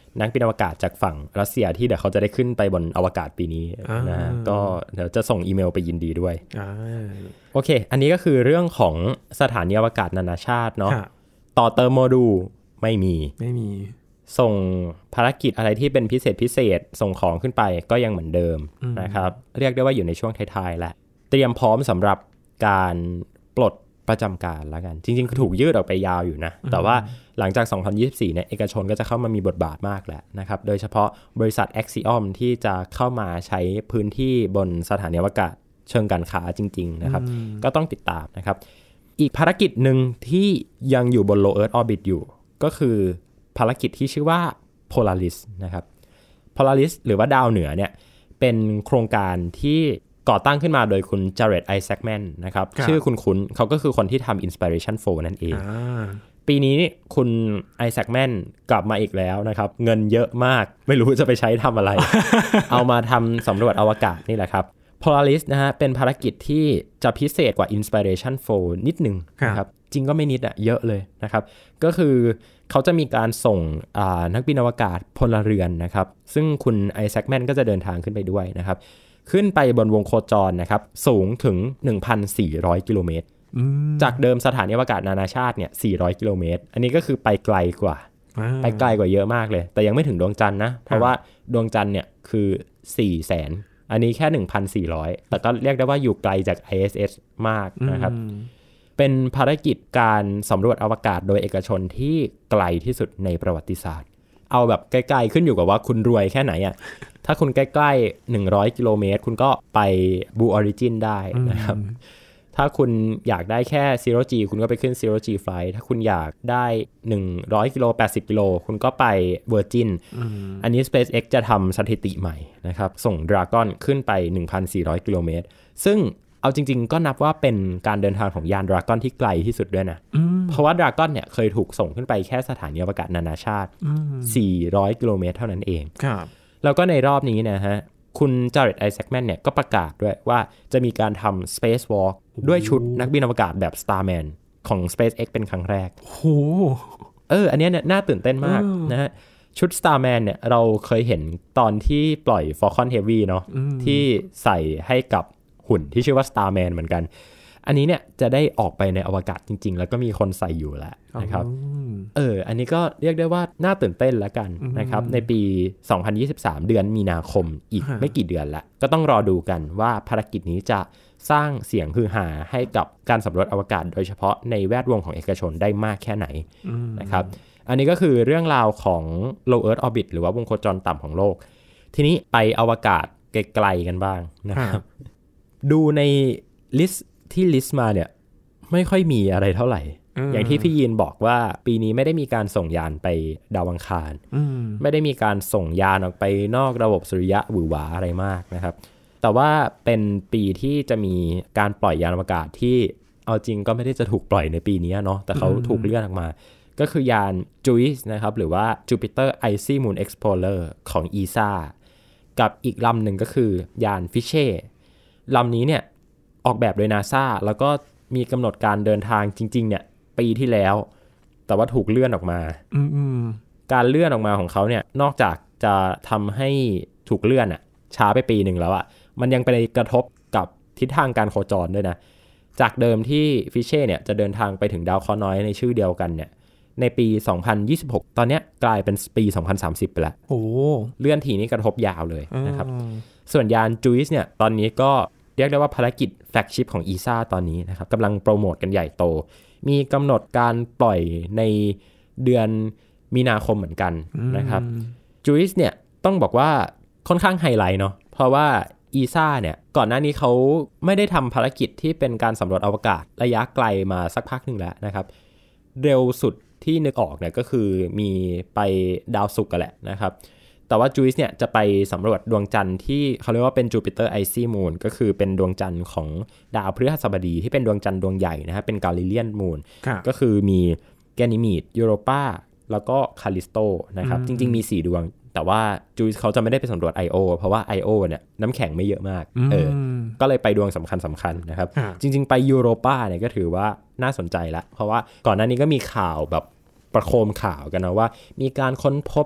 B: นักบินอวกาศจากฝั่งรัสเซียที่เดี๋ยวเขาจะได้ขึ้นไปบนอวกาศปีนี้นะก็เดี๋ยวจะส่งอีเมลไปยินดีด้วยโอเคอันนี้ก็คือเรื่องของสถานีอวกาศนานาชาติเนาะต่อเติมโมดูลไม่มี
A: ไม่มี
B: ส่งภารกิจอะไรที่เป็นพิเศษพิเศษส่งของขึ้นไปก็ยังเหมือนเดิมนะครับเรียกได้ว่าอยู่ในช่วงท้ายๆแล้วเตรียมพร้อมสำหรับการปลดประจำการแล้วกันจริงๆคือถูกยืดออกไปยาวอยู่นะแต่ว่าหลังจากสองพันยี่สิบสี่เนี่ยเอกชนก็จะเข้ามามีบทบาทมากแล้วนะครับโดยเฉพาะบริษัท Axiom ที่จะเข้ามาใช้พื้นที่บนสถานีอวกาศเชิงการค้าจริงๆนะครับก็ต้องติดตามนะครับอีกภารกิจหนึ่งที่ยังอยู่บน Low Earth Orbit อยู่ก็คือภารกิจที่ชื่อว่า Polaris นะครับ Polaris หรือว่าดาวเหนือเนี่ยเป็นโครงการที่ก่อตั้งขึ้นมาโดยคุณจาเร็ด ไอแซคแมนนะครับชื่อคุณคุ้นเขาก็คือคนที่ทำ Inspiration โฟร์ นั่นเองปีนี้คุณไอแซคแมนกลับมาอีกแล้วนะครับเงินเยอะมากไม่รู้จะไปใช้ทำอะไร เอามาทำสำรวจอวกาศนี่แหละครับ Polaris นะฮะเป็นภารกิจที่จะพิเศษกว่า Inspiration โฟร์ นิดนึงนะครับจริงก็ไม่นิดอะเยอะเลยนะครับก็คือเขาจะมีการส่งนักบินอวกาศพลเรือนนะครับซึ่งคุณไอแซคแมนก็จะเดินทางขึ้นไปด้วยนะครับขึ้นไปบนวงโคจรนะครับสูงถึง หนึ่งพันสี่ร้อย กิโลเมตรจากเดิมสถานีอวกาศนานาชาติเนี่ยสี่ร้อยกิโลเมตรอันนี้ก็คือไปไกลกว่าไปไกลกว่าเยอะมากเลยแต่ยังไม่ถึงดวงจันทร์นะเพราะว่าดวงจันทร์เนี่ยคือ สี่แสน อันนี้แค่ หนึ่งพันสี่ร้อย แต่ก็เรียกได้ว่าอยู่ไกลจาก ไอ เอส เอส มากนะครับเป็นภารกิจการสำรวจอวกาศโดยเอกชนที่ไกลที่สุดในประวัติศาสตร์เอาแบบใกล้ๆขึ้นอยู่กับว่าคุณรวยแค่ไหนอ่ะถ้าคุณใกล้ๆหนึ่งร้อยกิโลเมตรคุณก็ไปบูออริจินได้นะครับถ้าคุณอยากได้แค่ Zero G คุณก็ไปขึ้น Zero G Flight ถ้าคุณอยากได้หนึ่งร้อยกิโลแปดสิบกิโลคุณก็ไป Virgin อันนี้ SpaceX จะทำสถิติใหม่นะครับส่ง Dragon ขึ้นไป หนึ่งพันสี่ร้อยกิโลเมตรซึ่งเอาจริงๆก็นับว่าเป็นการเดินทางของยาน Dragon ที่ไกลที่สุดด้วยนะเพราะว่า Dragon เนี่ยเคยถูกส่งขึ้นไปแค่สถานีอวกาศนานาชาติสี่ร้อยกิโลเมตรเท่านั้นเองครับแล้วก็ในรอบนี้นะฮะคุณจาเร็ด ไอแซคแมนเนี่ยก็ประกาศด้วยว่าจะมีการทำ Space Walk ด้วยชุดนักบินอวกาศแบบ Starman ของ SpaceX เป็นครั้งแรกโหเอออันนี้เนี่ยน่าตื่นเต้นมากนะฮะชุด Starman เนี่ยเราเคยเห็นตอนที่ปล่อย Falcon Heavy เนาะที่ใส่ให้กับหุ่นที่ชื่อว่า Starman เหมือนกันอันนี้เนี่ยจะได้ออกไปในอวกาศจริงๆแล้วก็มีคนใส่อยู่แล้วนะครับเอออันนี้ก็เรียกได้ว่าน่าตื่นเต้นแล้วกันนะครับในปีสองพันยี่สิบสามเดือนมีนาคมอีกไม่กี่เดือนละก็ต้องรอดูกันว่าภารกิจนี้จะสร้างเสียงฮือฮาให้กับการสำรวจอวกาศโดยเฉพาะในแวดวงของเอกชนได้มากแค่ไหนนะครับอันนี้ก็คือเรื่องราวของ Low Earth Orbit หรือว่าวงโคจรต่ำของโลกทีนี้ไปอวกาศไกลๆกันบ้างนะครับดูในลิสต์ที่ลิสต์มาเนี่ยไม่ค่อยมีอะไรเท่าไหร่ อ, อย่างที่พี่ยีนบอกว่าปีนี้ไม่ได้มีการส่งยานไปดาวอังคารไม่ได้มีการส่งยานออกไปนอกระบบสุริยะหวือหวาอะไรมากนะครับแต่ว่าเป็นปีที่จะมีการปล่อยยานอวกาศที่เอาจริงก็ไม่ได้จะถูกปล่อยในปีนี้เนาะแต่เขาถูกเลื่อนออกมาก็คือยาน JUICE นะครับหรือว่า Jupiter Icy Moon Explorer ของ อี เอ เอส เอ กับอีกลำหนึ่งก็คือยาน Philaeลำนี้เนี่ยออกแบบโดย NASA แล้วก็มีกำหนดการเดินทางจริงๆเนี่ยปีที่แล้วแต่ว่าถูกเลื่อนออกมาการเลื่อนออกมาของเขาเนี่ยนอกจากจะทำให้ถูกเลื่อนอ่ะช้าไปปีหนึ่งแล้วอ่ะมันยังไปกระทบกับทิศทางการโคจรด้วยนะจากเดิมที่ฟิชเช่เนี่ยจะเดินทางไปถึงดาวเคราะห์น้อยในชื่อเดียวกันเนี่ยในปีสองพันยี่สิบหกตอนนี้กลายเป็นปีสองพันสามสิบไปแล้วโอ้เลื่อนทีนี้กระทบยาวเลยนะครับส่วนยาน JUICE เนี่ยตอนนี้ก็เรียกได้ว่าภารกิจแฟลกชิพของ อี เอส เอ ตอนนี้นะครับกำลังโปรโมทกันใหญ่โตมีกำหนดการปล่อยในเดือนมีนาคมเหมือนกันนะครับ JUICE เนี่ยต้องบอกว่าค่อนข้างไฮไลท์เนาะเพราะว่า อี เอส เอ เนี่ยก่อนหน้านี้เขาไม่ได้ทำภารกิจที่เป็นการสำรวจอวกาศระยะไกลมาสักพักหนึ่งแล้วนะครับเร็วสุดที่นึกออกเนี่ยก็คือมีไปดาวศุกร์กันแหละนะครับแต่ว่า JUICE เนี่ยจะไปสำรวจดวงจันทร์ที่เขาเรียกว่าเป็น Jupiter Icy Moon ก็คือเป็นดวงจันทร์ของดาวพฤหัสบดีที่เป็นดวงจันทร์ดวงใหญ่นะฮะเป็น Galilean Moon ก็คือมี Ganymede Europa แล้วก็ Callisto นะครับจริงๆมีสี่ดวงแต่ว่า JUICE เขาจะไม่ได้ไปสำรวจ ไอ โอ เพราะว่า ไอ โอ เนี่ยน้ำแข็งไม่เยอะมากเออก็เลยไปดวงสำคัญสำคัญนะครับจริงๆไป Europa เนี่ยก็ถือว่าน่าสนใจละเพราะว่าก่อนหน้านี้ก็มีข่าวแบบประโคมข่าวกันนะว่ามีการค้นพบ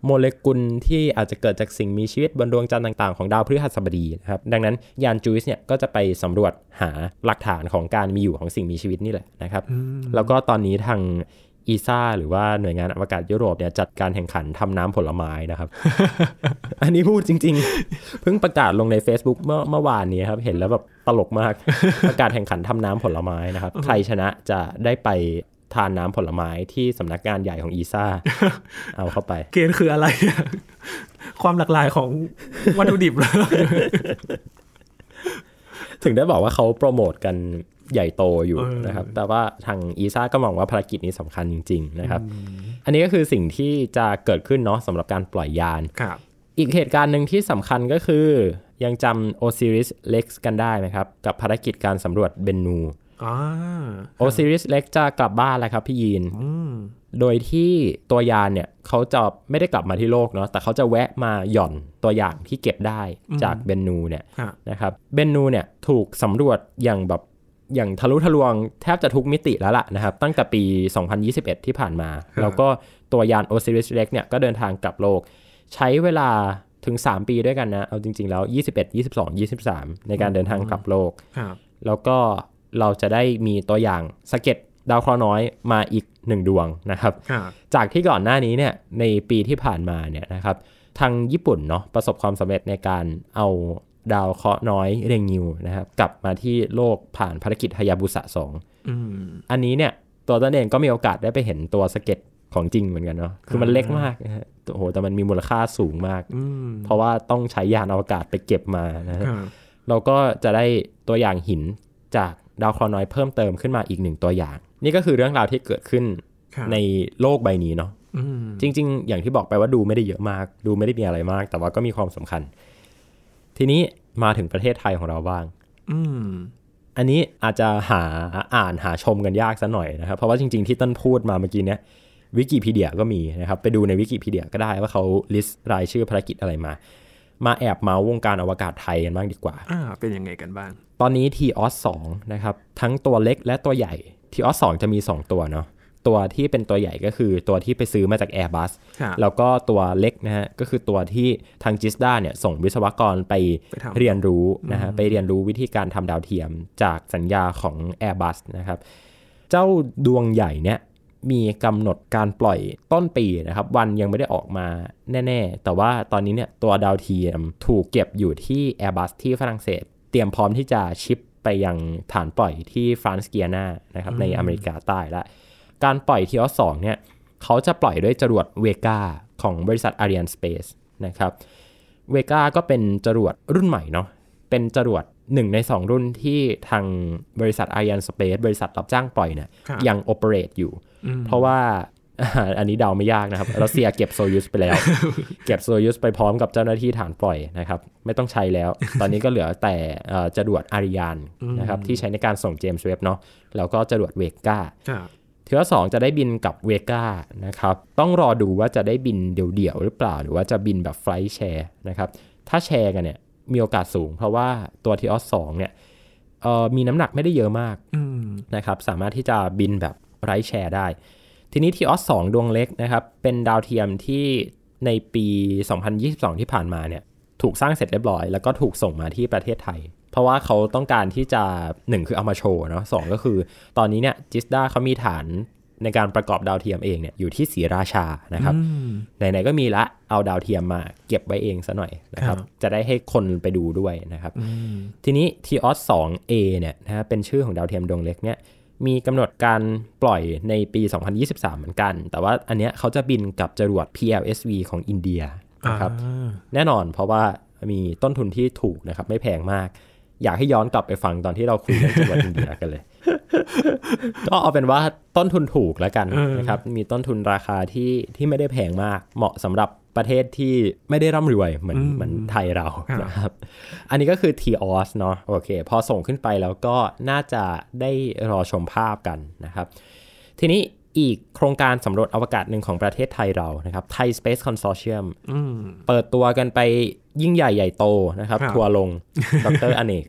B: โมเลกุลที่อาจจะเกิดจากสิ่งมีชีวิตบนดวงจันทร์ต่างๆของดาวพฤหัสบดีนะครับดังนั้นยานจูอิสเนี่ยก็จะไปสำรวจหาหลักฐานของการมีอยู่ของสิ่งมีชีวิตนี่แหละนะครับแล้วก็ตอนนี้ทางอีซ่าหรือว่าหน่วยงานอวกาศยุโรปเนี่ยจัดการแข่งขันทำน้ำผลไม้นะครับ อันนี้พูดจริงๆ เพิ่งประกาศลงใน Facebook เมื่อเมื่อวานนี้ครับเห็นแล้วแบบตลกมาก ประกาศแข่งขันทำน้ำผลไม้นะครับ ใครชนะจะได้ไปทานน้ำผลไม้ที่สำนักงานใหญ่ของอีซ่า เอาเข้าไป
A: เกณฑ์คืออะไร ความหลากหลายของวัตถุดิบ
B: ถึงได้บอกว่าเขาโปรโมทกันใหญ่โตอยู่นะครับแต่ว่าทางอีซ่าก็มองว่าภารกิจนี้สำคัญจริงๆนะครับอันนี้ก็คือสิ่งที่จะเกิดขึ้นเนาะสำหรับการปล่อยยานอีกเหตุการณ์หนึ่งที่สำคัญก็คือยังจำ Osiris Rex กันได้ไหมครับกับภารกิจการสำรวจเบนนู Osiris Rex จะกลับบ้านแล้วครับพี่ยีนโดยที่ตัวยานเนี่ยเขาจะไม่ได้กลับมาที่โลกเนาะแต่เขาจะแวะมาหย่อนตัวอย่างที่เก็บได้จากเบนนูเนี่ยนะครับเบนนูเนี่ยถูกสำรวจอย่างแบบอย่างทะลุทะลวงแทบจะทุกมิติแล้วล่ะนะครับตั้งแต่ปีสองพันยี่สิบเอ็ดที่ผ่านมาแล้วก็ตัวยาน Osiris Rex เนี่ยก็เดินทางกลับโลกใช้เวลาถึงสามปีด้วยกันนะเอาจริงๆแล้วยี่สิบเอ็ด ยี่สิบสอง ยี่สิบสามในการเดินทางกลับโลกแล้วก็เราจะได้มีตัวอย่างสะเก็ดดาวเคราะห์น้อยมาอีกหนึ่งดวงนะครับจากที่ก่อนหน้านี้เนี่ยในปีที่ผ่านมาเนี่ยนะครับทางญี่ปุ่นเนาะประสบความสำเร็จในการเอาดาวเคราะห์น้อยเรงิวนะครับกลับมาที่โลกผ่านภารกิจฮายาบุสะสองอืมอันนี้เนี่ยตัวต้นเองก็มีโอกาสได้ไปเห็นตัวสะเก็ดของจริงเหมือนกันเนาะคือมันเล็กมากนะฮะโอ้โหแต่มันมีมูลค่าสูงมากเพราะว่าต้องใช้ยานอวกาศไปเก็บมานะฮะเราก็จะได้ตัวอย่างหินจากดาวเคราะห์น้อยเพิ่มเติมขึ้นมาอีกหนึ่งตัวอย่างนี่ก็คือเรื่องราวที่เกิดขึ้นในโลกใบนี้เนาะจริงๆอย่างที่บอกไปว่าดูไม่ได้เยอะมากดูไม่ได้มีอะไรมากแต่ว่าก็มีความสำคัญทีนี้มาถึงประเทศไทยของเราบ้างอืมอันนี้อาจจะหาอ่านหาชมกันยากซะหน่อยนะครับเพราะว่าจริงๆที่ต้นพูดมาเมื่อกี้เนี้ยวิกิพีเดียก็มีนะครับไปดูในวิกิพีเดียก็ได้ว่าเขาลิสต์รายชื่อภารกิจอะไรมามาแอบเมาวงการอวกาศไทยกันบ้างดีกว่า
A: อ่าเป็นยังไงกันบ้าง
B: ตอนนี้ ที ออส สองนะครับทั้งตัวเล็กและตัวใหญ่ ที ออส สองจะมีสองตัวเนาะตัวที่เป็นตัวใหญ่ก็คือตัวที่ไปซื้อมาจาก Airbus แล้วก็ตัวเล็กนะฮะก็คือตัวที่ทาง จิส ดี เอ เนี่ยส่งวิศวกรไปเรียนรู้นะฮะไปเรียนรู้วิธีการทำดาวเทียมจากสัญญาของ Airbus นะครับเจ้าดวงใหญ่เนี่ยมีกำหนดการปล่อยต้นปีนะครับวันยังไม่ได้ออกมาแน่ๆแต่ว่าตอนนี้เนี่ยตัวดาวเทียมถูกเก็บอยู่ที่ Airbus ที่ฝรั่งเศสเตรียมพร้อมที่จะชิปไปยังฐานปล่อยที่ฟรานซ์กิอานานะครับในอเมริกาใต้และการปล่อย ที ออส สองเนี่ยเขาจะปล่อยด้วยจรวดเวก้าของบริษัท Ariane Space นะครับเวก้าก็เป็นจรวดรุ่นใหม่เนาะเป็นจรวดหนึ่งในสองรุ่นที่ทางบริษัท Ariane Space บริษัทรับจ้างปล่อยเนี่ยยังโอเปเรตอยู่เพราะว่าอันนี้เดาไม่ยากนะครับรัสเซียเก็บโซยูสไปแล้ว เก็บโซยูสไปพร้อมกับเจ้าหน้าที่ฐานปล่อยนะครับไม่ต้องใช้แล้ว ตอนนี้ก็เหลือแต่จรวดอาริยานนะครับที่ใช้ในการส่งเจมส์เว็บเนาะแล้วก็จรวดเวก้าเที่ยวสองจะได้บินกับเวก้านะครับต้องรอดูว่าจะได้บินเดี่ยวๆหรือเปล่าหรือว่าจะบินแบบไฟล์แชร์นะครับถ้าแชร์กันเนี่ยมีโอกาสสูงเพราะว่าตัวทีออสสองเนี่ยมีน้ำหนักไม่ได้เยอะมากนะครับสามารถที่จะบินแบบไร้แชร์ได้ทีนี้ ที ออส สอง ดวงเล็กนะครับเป็นดาวเทียมที่ในปีสองพันยี่สิบสองที่ผ่านมาเนี่ยถูกสร้างเสร็จเรียบร้อยแล้วก็ถูกส่งมาที่ประเทศไทยเพราะว่าเขาต้องการที่จะหนึ่งคือเอามาโชว์เนาะสองก็คือตอนนี้เนี่ย จิส ดี เอ เขามีฐานในการประกอบดาวเทียมเองเนี่ยอยู่ที่ศรีราชานะครับไหนๆก็มีละเอาดาวเทียมมาเก็บไว้เองซะหน่อยนะครับจะได้ให้คนไปดูด้วยนะครับทีนี้ ที ออส สอง เอ เนี่ยนะฮะเป็นชื่อของดาวเทียมดวงเล็กเนี่ยมีกำหนดการปล่อยในปีสองพันยี่สิบสามเหมือนกันแต่ว่าอันเนี้ยเขาจะบินกับจรวด พี แอล เอส วี ของอินเดียนะครับแน่นอนเพราะว่ามีต้นทุนที่ถูกนะครับไม่แพงมากอยากให้ย้อนกลับไปฟังตอนที่เราคุยเรื่องจรวดอินเดียกันเลย ก็เอาเป็นว่าต้นทุนถูกแล้วกันนะครับมีต้นทุนราคาที่ที่ไม่ได้แพงมากเหมาะสำหรับประเทศที่ไม่ได้ร่ำรวยเหมือนเหมือนไทยเรานะครับอันนี้ก็คือ ที ออส เนาะโอเคพอส่งขึ้นไปแล้วก็น่าจะได้รอชมภาพกันนะครับทีนี้อีกโครงการสำรวจอวกาศหนึ่งของประเทศไทยเรานะครับ Thai Space Consortium เปิดตัวกันไปยิ่งใหญ่ใหญ่โตนะครับทัวร์ลง ดร. อเนก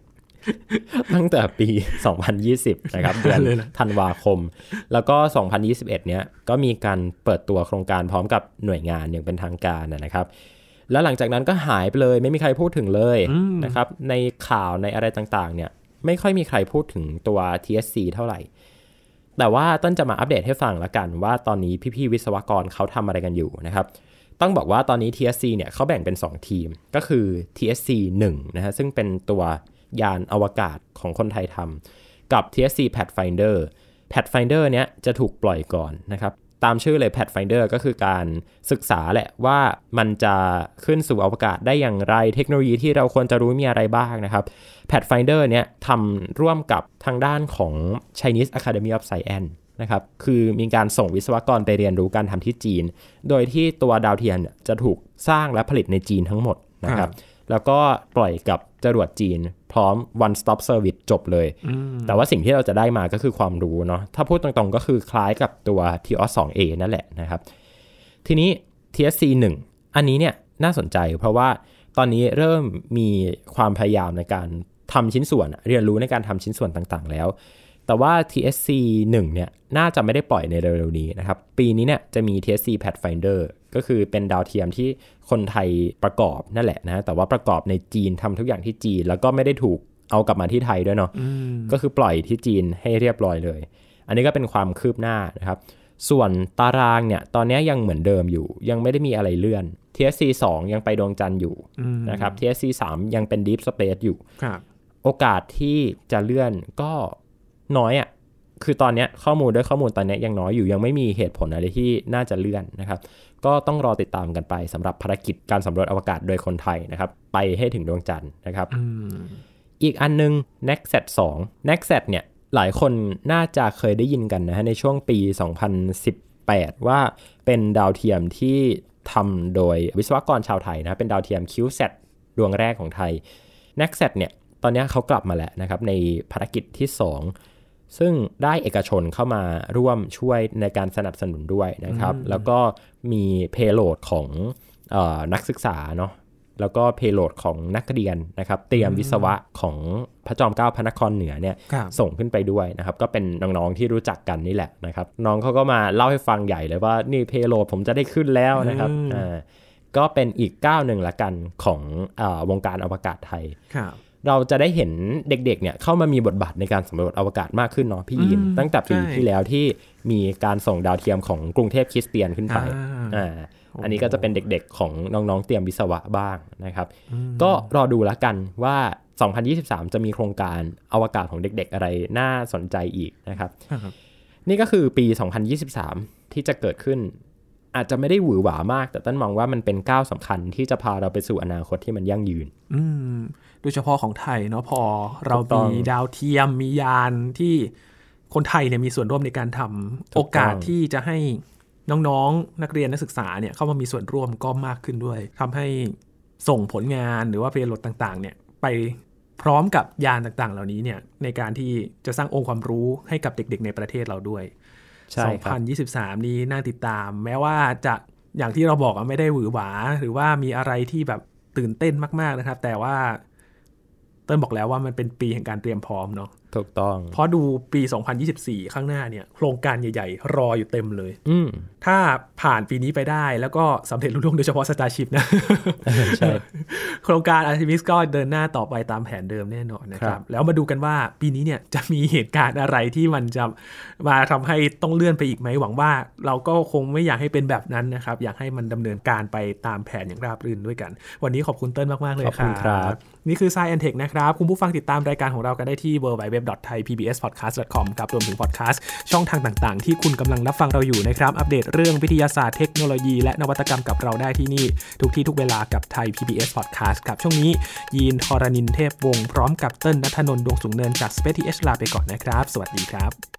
B: ตั้งแต่ปีสองพันยี่สิบนะครับเดือนธันวาคมแล้วก็สองพันยี่สิบเอ็ดเนี้ยก็มีการเปิดตัวโครงการพร้อมกับหน่วยงานอย่างเป็นทางการนะครับแล้วหลังจากนั้นก็หายไปเลยไม่มีใครพูดถึงเลยนะครับในข่าวในอะไรต่างๆเนี่ยไม่ค่อยมีใครพูดถึงตัว ที เอส ซี เท่าไหร่แต่ว่าต้นจะมาอัปเดตให้ฟังละกันว่าตอนนี้พี่ๆวิศวกรเขาทำอะไรกันอยู่นะครับต้องบอกว่าตอนนี้ ที เอส ซี เนี่ยเขาแบ่งเป็นสองทีมก็คือ ที เอส ซี หนึ่งนะฮะซึ่งเป็นตัวยานอวกาศของคนไทยทำกับ ที เอส ซี Pathfinder Pathfinder เนี้ยจะถูกปล่อยก่อนนะครับตามชื่อเลย Pathfinder ก็คือการศึกษาแหละว่ามันจะขึ้นสู่อวกาศได้อย่างไรเทคโนโลยีที่เราควรจะรู้มีอะไรบ้างนะครับ Pathfinder เนี้ยทำร่วมกับทางด้านของ Chinese Academy of Science นะครับคือมีการส่งวิศวกรไปเรียนรู้การทำที่จีนโดยที่ตัวดาวเทียมจะถูกสร้างและผลิตในจีนทั้งหมดนะครับแล้วก็ปล่อยกับจรวดจีนพร้อม one stop service จบเลยแต่ว่าสิ่งที่เราจะได้มาก็คือความรู้เนาะถ้าพูดตรงๆก็คือคล้ายกับตัว ที โอ เอส ทู เอ นั่นแหละนะครับทีนี้ ที เอส ซี หนึ่ง อันนี้เนี่ยน่าสนใจเพราะว่าตอนนี้เริ่มมีความพยายามในการทำชิ้นส่วนเรียนรู้ในการทำชิ้นส่วนต่างๆแล้วแต่ว่า ที เอส ซี หนึ่ง เนี่ยน่าจะไม่ได้ปล่อยในเร็วๆนี้นะครับปีนี้เนี่ยจะมี ที เอส ซี Pathfinder ก็คือเป็นดาวเทียมที่คนไทยประกอบนั่นแหละนะแต่ว่าประกอบในจีนทำทุกอย่างที่จีนแล้วก็ไม่ได้ถูกเอากลับมาที่ไทยด้วยเนาะก็คือปล่อยที่จีนให้เรียบร้อยเลยอันนี้ก็เป็นความคืบหน้านะครับส่วนตารางเนี่ยตอนนี้ยังเหมือนเดิมอยู่ยังไม่ได้มีอะไรเลื่อน ที เอส ซี สองยังไปดวงจันทร์อยู่นะครับ ที เอส ซี สามยังเป็น Deep Space อยู่โอกาสที่จะเลื่อนก็น้อยอ่ะคือตอนนี้ข้อมูลด้วยข้อมูลตอนนี้ยังน้อยอยู่ยังไม่มีเหตุผลอะไรที่น่าจะเลื่อนนะครับก็ต้องรอติดตามกันไปสำหรับภารกิจการสำรวจอวกาศโดยคนไทยนะครับไปให้ถึงดวงจันทร์นะครับ อ, อีกอันนึง เน็กซ์ แซท ทู เน็กซ์ แซท เนี่ยหลายคนน่าจะเคยได้ยินกันนะฮะในช่วงปีสองพันสิบแปดว่าเป็นดาวเทียมที่ทำโดยวิศวกรชาวไทยนะเป็นดาวเทียม คิว แซท ดวงแรกของไทย เน็กซ์ แซท เนี่ยตอนนี้เขากลับมาแล้วนะครับในภารกิจที่สองซึ่งได้เอกชนเข้ามาร่วมช่วยในการสนับสนุนด้วยนะครับแล้วก็มีเพโลดของเอ่อนักศึกษาเนาะแล้วก็เพโลดของนักเรียนนะครับเตรียมวิศวะของพระจอมเกล้าพระนครเหนือเนี่ยส่งขึ้นไปด้วยนะครับก็เป็นน้องๆที่รู้จักกันนี่แหละนะครับน้องเขาก็มาเล่าให้ฟังใหญ่เลยว่านี่เพโลดผมจะได้ขึ้นแล้วนะครับอ่าก็เป็นอีกก้าวหนึ่งละกันของเอ่อวงการอวกาศไทยเราจะได้เห็นเด็กๆเนี่ยเข้ามามีบทบาทในการสำรวจอวกาศมากขึ้นเนาะพี่ยินตั้งแต่ปีที่แล้วที่มีการส่งดาวเทียมของกรุงเทพคริสเตียนขึ้นไปอ่าอันนี้ก็จะเป็นเด็กๆของน้องๆเตรียมวิศวะบ้างนะครับก็รอดูแล้วกันว่าสองพันยี่สิบสามจะมีโครงการอวกาศของเด็กๆอะไรน่าสนใจอีกนะครับนี่ก็คือปีสองพันยี่สิบสามที่จะเกิดขึ้นอาจจะไม่ได้หวือหวามากแต่ต้นมองว่ามันเป็นก้าวสำคัญที่จะพาเราไปสู่อนาคตที่มันยั่งยืน
A: โดยเฉพาะของไทยเนาะพอเรามีดาวเทียมมียานที่คนไทยเนี่ยมีส่วนร่วมในการทำโอกาสที่จะให้น้องๆนักเรียนนักศึกษาเนี่ยเข้ามามีส่วนร่วมก็มากขึ้นด้วยทำให้ส่งผลงานหรือว่าเพโลดต่างๆเนี่ยไปพร้อมกับยานต่างๆเหล่านี้เนี่ยในการที่จะสร้างองค์ความรู้ให้กับเด็กๆในประเทศเราด้วยสองพันยี่สิบสามนี้น่าติดตามแม้ว่าจะอย่างที่เราบอกไม่ได้หวือหวาหรือว่ามีอะไรที่แบบตื่นเต้นมากๆนะครับแต่ว่าเติ้ลบอกแล้วว่ามันเป็นปีแห่งการเตรียมพร้อมเนาะ
B: ถูกต้อง
A: เพราะดูปีสองพันยี่สิบสี่ข้างหน้าเนี่ยโครงการใหญ่ๆรออยู่เต็มเลยถ้าผ่านปีนี้ไปได้แล้วก็สำเร็จรุ่งเรืองโดยเฉพาะ Starship นะ ใช่โครงการ Artemis ก็เดินหน้าต่อไปตามแผนเดิมแน่นอนนะครับแล้วมาดูกันว่าปีนี้เนี่ยจะมีเหตุการณ์อะไรที่มันจะมาทำให้ต้องเลื่อนไปอีกไหมหวังว่าเราก็คงไม่อยากให้เป็นแบบนั้นนะครับอยากให้มันดำเนินการไปตามแผนอย่างราบรื่นด้วยกันวันนี้ขอบคุณเติ้ลมากๆเลยครับนี่คือ Science and Tech นะครับคุณผู้ฟังติดตามรายการของเรากันได้ที่ ดับเบิลยู ดับเบิลยู ดับเบิลยู ดอท ไทย พี บี เอส พอดแคสต์ ดอท คอม ครับรวมถึงพอดแคสต์ช่องทางต่างๆที่คุณกำลังรับฟังเราอยู่นะครับอัปเดตเรื่องวิทยาศาสตร์เทคโนโลยีและนวัตกรรมกับเราได้ที่นี่ทุกที่ทุกเวลากับไทย พี บี เอส Podcast ครับช่วงนี้ยีน ธรณินทร์ เทพวงศ์พร้อมกับเติ้ลณัฐนนท์ ดวงสูงเนินจาก Space ที เอช ลาไปก่อนนะครับสวัสดีครับ